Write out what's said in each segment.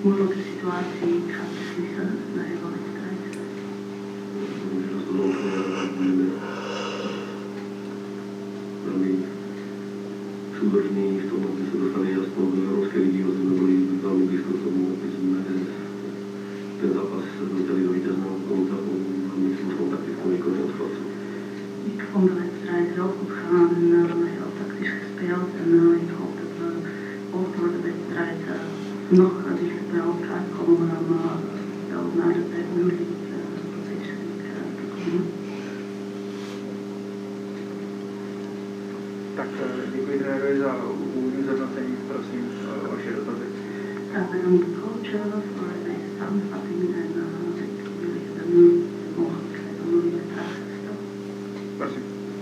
moeilijke situatie gaat beslissen na heel veel wedstrijd. Velmi súdržní v tom, aby se dostali jasno do Evropské ligy, aby jsme byli velmi blízko k tomu, aby jsme ten zápas dostali do vítězného konta po velmi slušnou taktickou výkonu od chlapců. Ik vond de wedstrijd heel goed gaan en heel tactisch gespeeld en ik hoop dat we ook door de wedstrijd nog dichter bij elkaar komen om wel naar de Premier League positie te komen. Tak děkuji trenérovi za úvodní zhodnocení, prosím vaše dotazy. Bedankt de coach voor deze samenvatting en jullie hebben nu de mogelijkheid om jullie vragen te stellen. Prosím.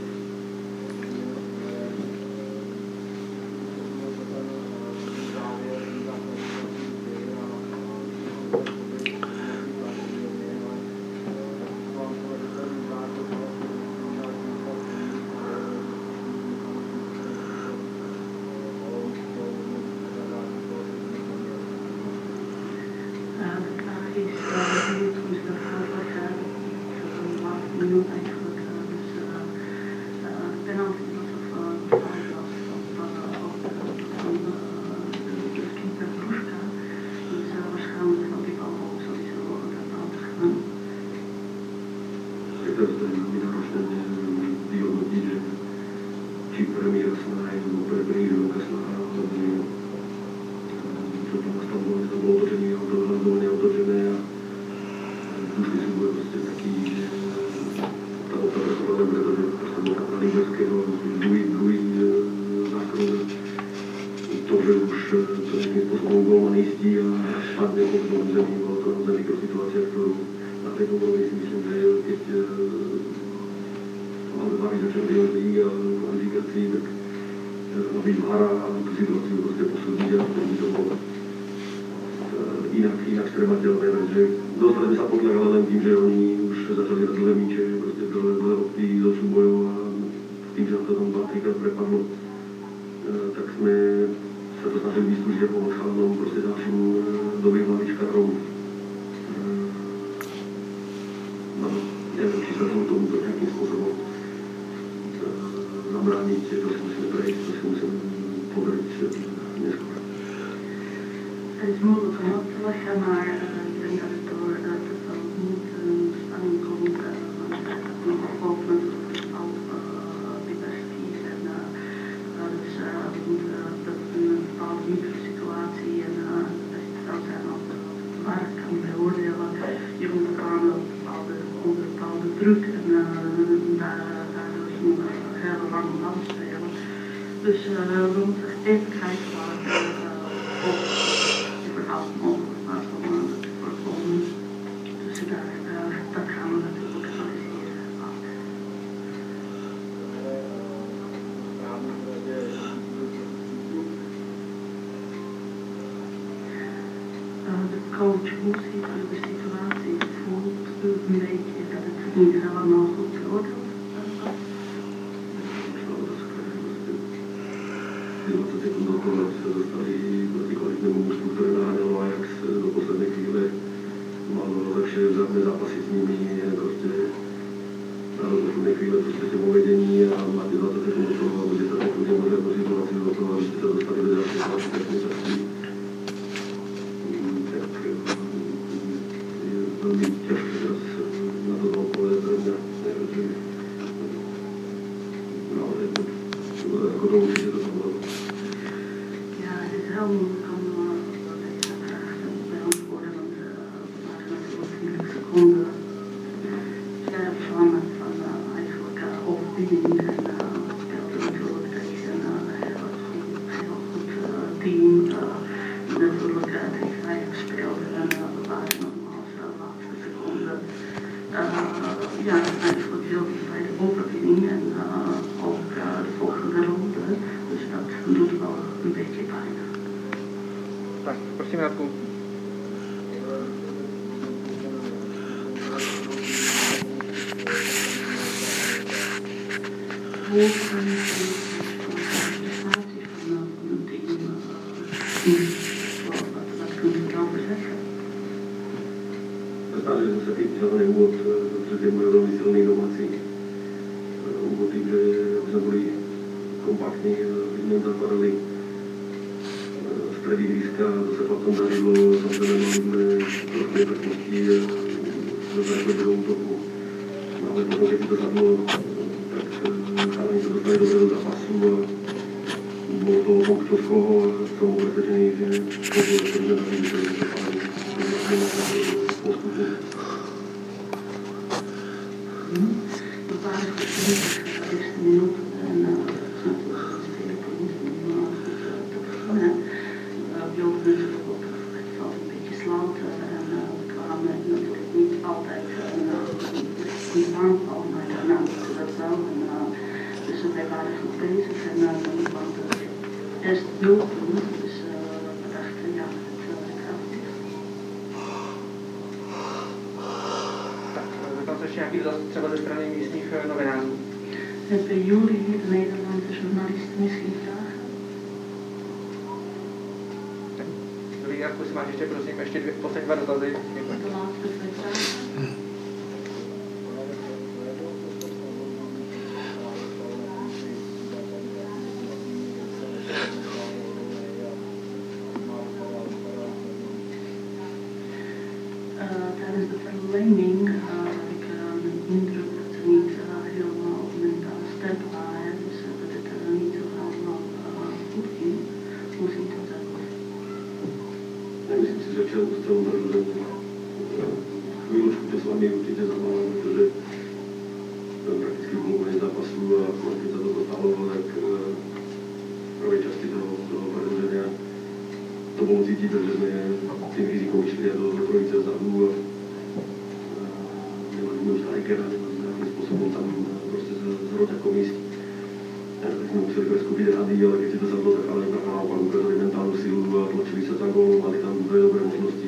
Jinak strematelné, protože dostali by se podľa len tým, že oni už začali hrať dlhé míče, prostě dlhé lopty do súbojov a tým, že nám to tam 2-3krát prepadlo, tak jsme se to snažili vystúžiť a pomôcť chalanom prostě ďalším dobrým hlavičkárom. No, neviem, či sa tomu nejakým spôsobom zabrániť, to si musíme prejsť, to si musíme poveriť neskôr. Het is moeilijk om op te leggen, maar ik denk dat het door te veel moed en spanning komt. Want het gaat nog openen op diversiteit. En dus we moeten dat in een bepaalde microsituatie en best wel zijn als de markt kan beoordelen. Je moet kwamen onder bepaalde druk en daardoor ging een hele lange bal spelen. Dus we moeten even kijken waar het op überhaupt mogelijk was om dat te voorkomen. Dus dat gaan we natuurlijk analyseren. De coach, hoe ziet u de situatie? Voelt u een beetje dat het niet helemaal goed beoordeeld was? Se dostali proti kvalitnému mužstvu, ktoré naháňalo Ajax do poslednej chvíle. Malo lepšie vzájomné zápasy s nimi, proste na poslednej chvíle proste ste vo vedení a máte 20 sekúnd do toho, alebo 10 sekúnd nemôžete situáciu do toho, aby ste sa dostali do ďalšej klasifikačnej časti. Tak je veľmi ťažké teraz na to odpovedať pre mňa. Naozaj, ako to určite to som bol. Heel moeilijk om deze vraag te beantwoorden, want we waren natuurlijk 20 seconden ver van eigenlijk overwinning en we speelden natuurlijk tegen een heel goed team. Natuurlijk tegen Ajax speelden en we waren nog als laatste seconde eigenlijk heel dicht bij de overwinning en ook de volgende ronde, dus dat doet wel een beetje pijn. Tak, prosím, Radku. Hoe kan je de prestatie van een team, wat kunt u erover zeggen? snažili sme sa piť hlavne úvod, že tie majú veľmi silný domáci úvod tým, že sme boli kompaktní, sme zakladali stred ihriska, to sa chlapcom darilo, samozrejme mali sme trošku nepreknosti na základe útoku. No ale potom, keď si to sadlo, tak chalani sa dostali dobre do zápasu a bolo to o tom, kto z koho a som presvedčený, že koho sme dali, že to zapáli postupu. We waren getraind de eerste minuut en spelen voor ons om te beginnen. We lopen natuurlijk op het veld een beetje sloten en we kwamen natuurlijk niet altijd in de aanval, maar daarna moeten we dat wel. Dus wij waren goed bezig en dan kwam het eerst doelpunt, dus we dachten ja, het gaat niet. Tak, ještě nějaký dotaz třeba ze strany místních novinářů. Hebben jullie de Nederlandse journalisten misschien vragen? Dobrý, Jarku, si máš ještě, prosím, ještě poslední dva dotazy. De laatste twee vragen. Tijdens de verlenging had ik de indruk dat ze niet helemaal mentaal sterk waren, dus dat het niet zo helemaal goed ging. Hoe ziet dat uit? Ja myslím si, že včera to stranu našu, že chvíľočku to s vami určite zamávam, pretože prakticky v polovině zápasu a keď sa to stalo, tak v prvej časti toho predĺženia to bolo cítiť, že sme tým rizikom išli aj do trojice vzadu a nemali sme už strikera, nemali sme akým spôsobom tam proste s roťakom ísť. Tak sme museli preskúpiť rady, ale keď si to sadlo, tak ale naopak ukázali mentálnu silu a tlačili sa za gól, mali tam dve dobré možnosti.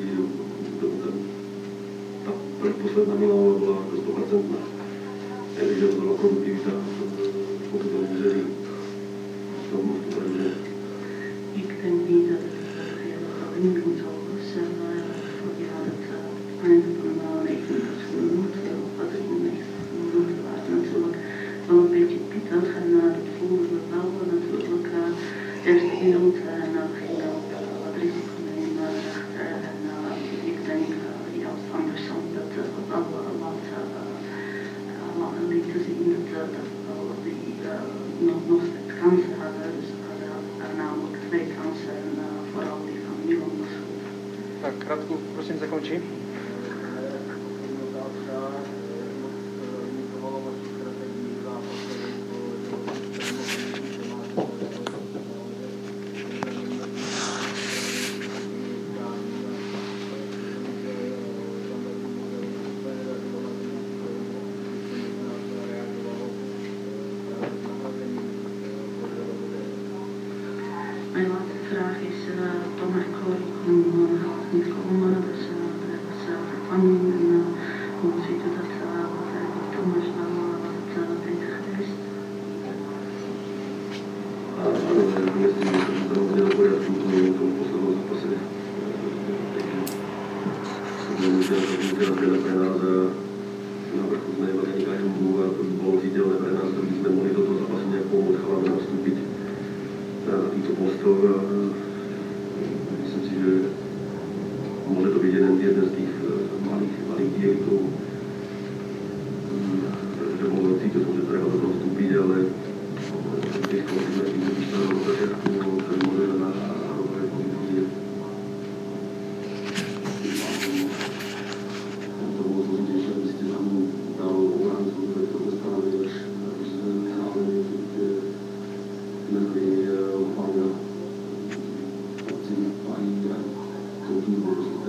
Tá predposledná Milánová bola ako 100%. Takže to bola produktivita pokud to nevěří v tom protože Ik denk niet dat het heel verlenging zal zijn voor die had het einde van 89 minuten of wat 93 minuten waren natuurlijk wel een beetje pittig en dat voelden we wel natuurlijk eerste minuut en ging ook wat risico nemen achter en ik denk Joost Andersson dat wel wat liet zien dat wel die nog steeds kansen hadden, dus namelijk twee kansen en vooral die van Milan was goed. Tak, Radku, prosím, zakončí. Mijn laatste vraag is, Tomer Kool kon niet komen, dus er was vervanging en hoe ziet u dat, wat eigenlijk Thomas wel, was het beter geweest? Myslím, že to bylo hodně na poriadku v tom poslednom zápase. Takže musela změna pre nás a na vrchu sme nemali ani každú a to by bolo cítelné pre nás, aby sme mohli do toho zápasu nejak pomôcť chalám nastúpiť na týchto postoch a myslím si, že môže to byť jeden z tých malých dielikov, pretože bolo cítil som, že treba do toho vstúpiť, ale tých kvalitných nejakých vypísaných od začiatku, ktorý môže na rokové pozície. To bolo zložitejšie, aby ste tam dal obrancu, ktorý to postaví až zároveň medzi odpálňa, páni, to už nebolo